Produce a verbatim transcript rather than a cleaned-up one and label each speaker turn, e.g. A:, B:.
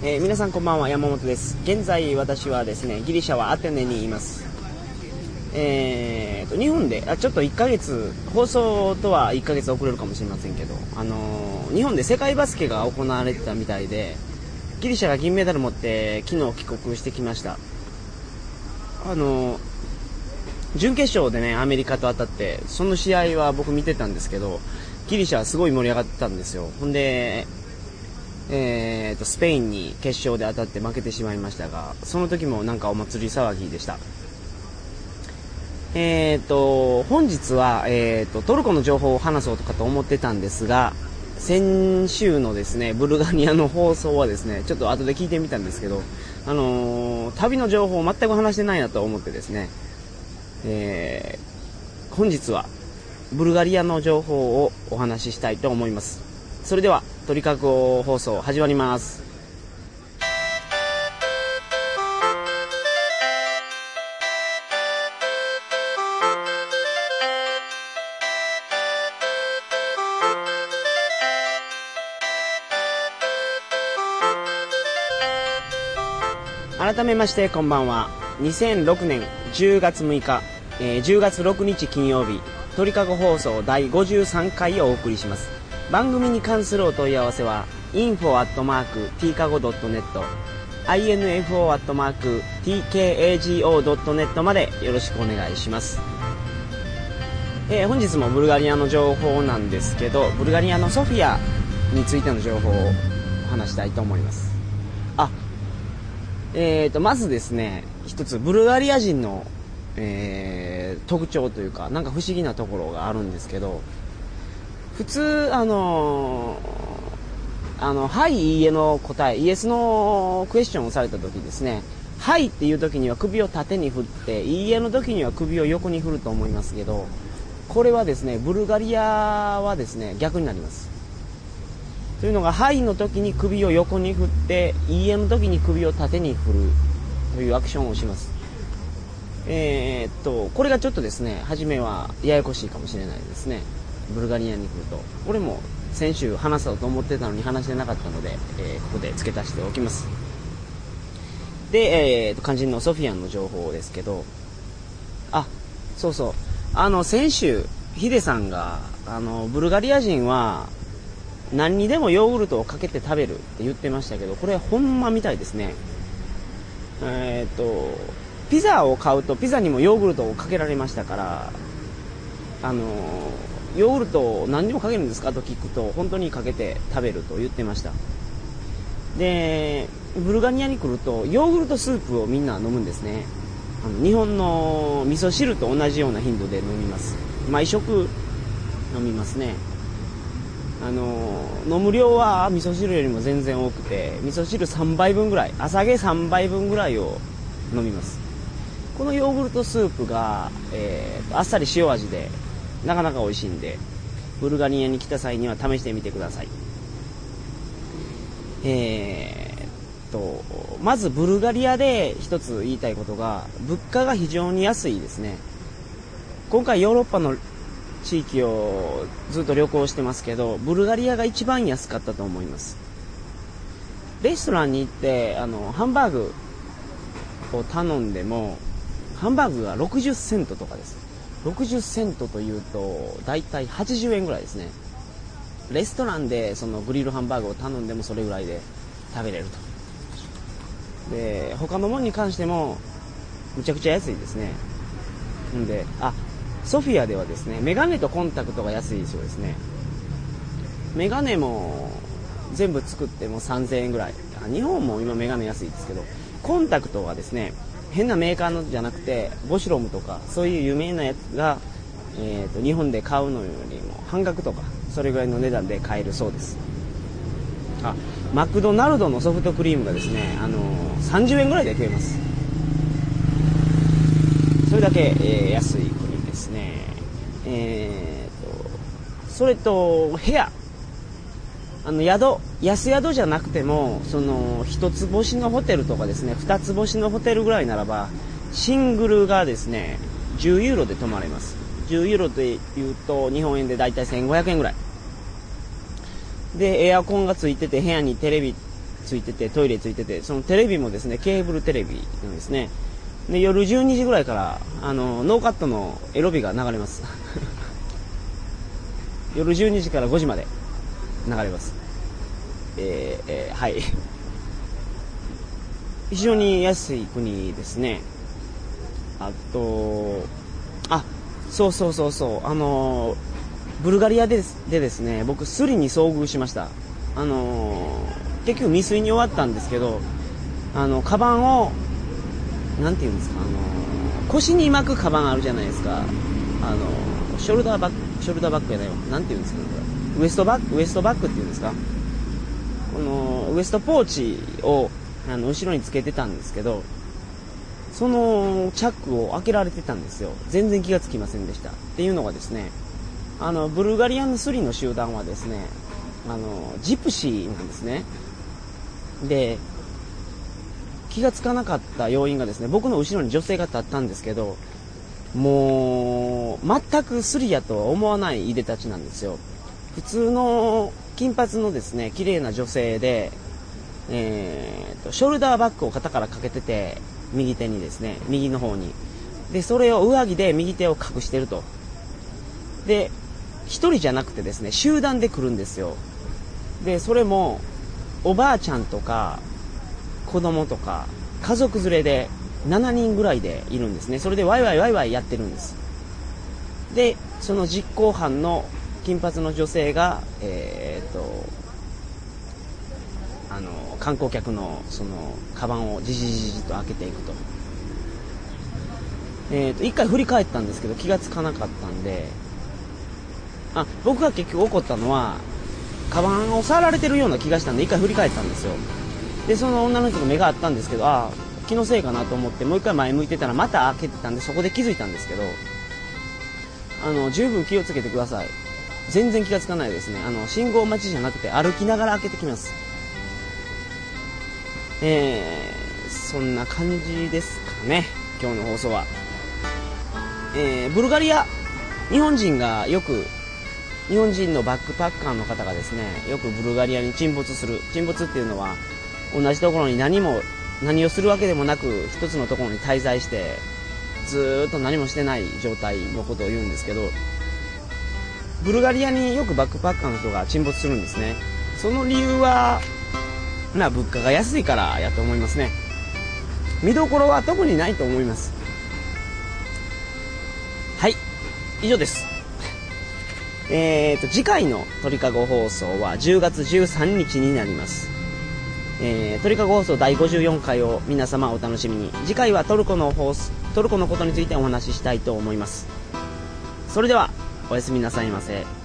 A: えー、皆さんこんばんは、山本です。現在私はですね、ギリシャはアテネにいます。えーと日本であちょっといっかげつ、放送とはいっかげつ遅れるかもしれませんけど、あのー、日本で世界バスケが行われてたみたいで、ギリシャが銀メダル持って昨日帰国してきました。あのー、準決勝でねアメリカと当たって、その試合は僕見てたんですけど、ギリシャはすごい盛り上がってたんですよ。ほんでえー、とスペインに決勝で当たって負けてしまいましたが、その時もなんかお祭り騒ぎでした。えー、と本日は、えー、とトルコの情報を話そうとかと思ってたんですが、先週のですねブルガリアの放送はですねちょっと後で聞いてみたんですけど、あのー、旅の情報を全く話してないなと思ってですね、えー、本日はブルガリアの情報をお話ししたいと思います。それでは鳥かご放送始まります。改めましてこんばんは。にせんろくねんじゅうがつむいか、えー、じゅうがつろくにち金曜日、鳥かご放送だいごじゅうさんかいをお送りします。番組に関するお問い合わせは インフォ アットマーク ティーカゴ ドットネット インフォ アットマーク ティーケーエージーオー ドットネット までよろしくお願いします。えー、本日もブルガリアの情報なんですけど、ブルガリアのソフィアについての情報を話したいと思います。あ、えーとまずですね、一つブルガリア人の、えー、特徴というか、なんか不思議なところがあるんですけど、普通あのー、あのはいいいえの答え、イエスのクエスチョンをされた時ですね、はいっていう時には首を縦に振って、いいえの時には首を横に振ると思いますけど、これはですねブルガリアはですね逆になります。というのが、はいの時に首を横に振って、いいえの時に首を縦に振るというアクションをします。えー、っとこれがちょっとですね初めはややこしいかもしれないですね。ブルガリアに来ると、これも先週話そうと思ってたのに話してなかったので、えー、ここで付け足しておきます。で、えー、と肝心のソフィアンの情報ですけど、あ、そうそう、あの先週ヒデさんがあのブルガリア人は何にでもヨーグルトをかけて食べるって言ってましたけど、これほんまみたいですね。えー、とピザを買うとピザにもヨーグルトをかけられましたから、あのヨーグルトを何にもかけるんですかと聞くと、本当にかけて食べると言ってました。でブルガリアに来るとヨーグルトスープをみんな飲むんですね。あの日本の味噌汁と同じような頻度で飲みます。毎食飲みますね。あの飲む量は味噌汁よりも全然多くて、味噌汁さんばいぶんぐらい、朝毛さんばいぶんぐらいを飲みます。このヨーグルトスープが、えー、あっさり塩味でなかなか美味しいんで、ブルガリアに来た際には試してみてください。えー、っとまずブルガリアで一つ言いたいことが、物価が非常に安いですね。今回ヨーロッパの地域をずっと旅行してますけど、ブルガリアが一番安かったと思います。レストランに行ってあのハンバーグを頼んでも、ハンバーグがろくじゅっセントとかです。ろくじゅっセントというとだいたいはちじゅうえんぐらいですね。レストランでそのグリルハンバーグを頼んでもそれぐらいで食べれると。で他のものに関してもむちゃくちゃ安いですね。んで、あ、ソフィアではですね、メガネとコンタクトが安いそうですね。メガネも全部作ってもさんぜんえんぐらい。日本も今メガネ安いですけど、コンタクトはですね、変なメーカーのじゃなくてボシュロムとかそういう有名なやつが、えー、と日本で買うのよりも半額とかそれぐらいの値段で買えるそうです。あ、マクドナルドのソフトクリームがですね、あのー、さんじゅうえんぐらいで食えます。それだけ、えー、安い国ですね。えー、とそれと部屋、あの宿、安宿じゃなくても、その一つ星のホテルとかですね、二つ星のホテルぐらいならば、シングルがですねじゅうユーロで泊まれます。じゅうユーロというと日本円でだいたいせんごひゃくえんぐらいで、エアコンがついてて部屋にテレビついてて、トイレついてて、そのテレビもですね、ケーブルテレビなんですね。で、夜じゅうにじぐらいから、あの、ノーカットのエロビが流れます。夜じゅうにじからごじまで流れます。えー、えー、はい。非常に安い国ですね。あと、あ、そうそうそうそう、あの、ブルガリアでです、でですね、僕スリに遭遇しました。あの、結局未遂に終わったんですけど、あの、カバンを、なんていうんですか、あの、腰に巻くカバンあるじゃないですか。あの、ショルダーバッグ、ショルダーバッグやないわ。なんていうんですかね、これ。ウエストバッグ、ウエストバッグっていうんですか。この、ウエストポーチを、あの、後ろにつけてたんですけど、そのチャックを開けられてたんですよ。全然気がつきませんでした。っていうのがですね、あの、ブルガリアンスリの集団はですね、あの、ジプシーなんですね。で、気がつかなかった要因がですね、僕の後ろに女性が立ったんですけど、もう、全くスリやとは思わないいでたちなんですよ。普通の金髪のですね、綺麗な女性で、えーと、ショルダーバッグを肩からかけてて、右手にですね、右の方に。で、それを上着で右手を隠してると。で、一人じゃなくてですね、集団で来るんですよ。で、それも、おばあちゃんとか、子供とか、家族連れでしちにんぐらいでいるんですね。それでワイワイワイワイやってるんです。で、その実行犯の金髪の女性が、えーと、あの、観光客の、その、カバンをじじじじと開けていくと。えーと、一回振り返ったんですけど、気がつかなかったんで、あ、僕が結局怒ったのは、カバンを触られてるような気がしたんで、一回振り返ったんですよ。で、その女の人と目が合ったんですけど、あ、気のせいかなと思って、もう一回前向いてたら、また開けてたんで、そこで気づいたんですけど、あの、十分気をつけてください。全然気がつかないですね。あの、信号待ちじゃなくて、歩きながら開けてきます。えー、そんな感じですかね、今日の放送は。えー、ブルガリア、日本人がよく、日本人のバックパッカーの方がですね、よくブルガリアに沈没する。沈没っていうのは、同じところに何も、何をするわけでもなく、一つのところに滞在して、ずーっと何もしてない状態のことを言うんですけど、ブルガリアによくバックパッカーの人が沈没するんですね。その理由は、まあ物価が安いからやと思いますね。見どころは特にないと思います。はい、以上です。えーと、次回の鳥かご放送はじゅうがつじゅうさんにちになります。えー、鳥かご放送だいごじゅうよんかいを皆様お楽しみに。次回はトルコの放送、トルコのことについてお話ししたいと思います。それでは、おやすみなさいませ。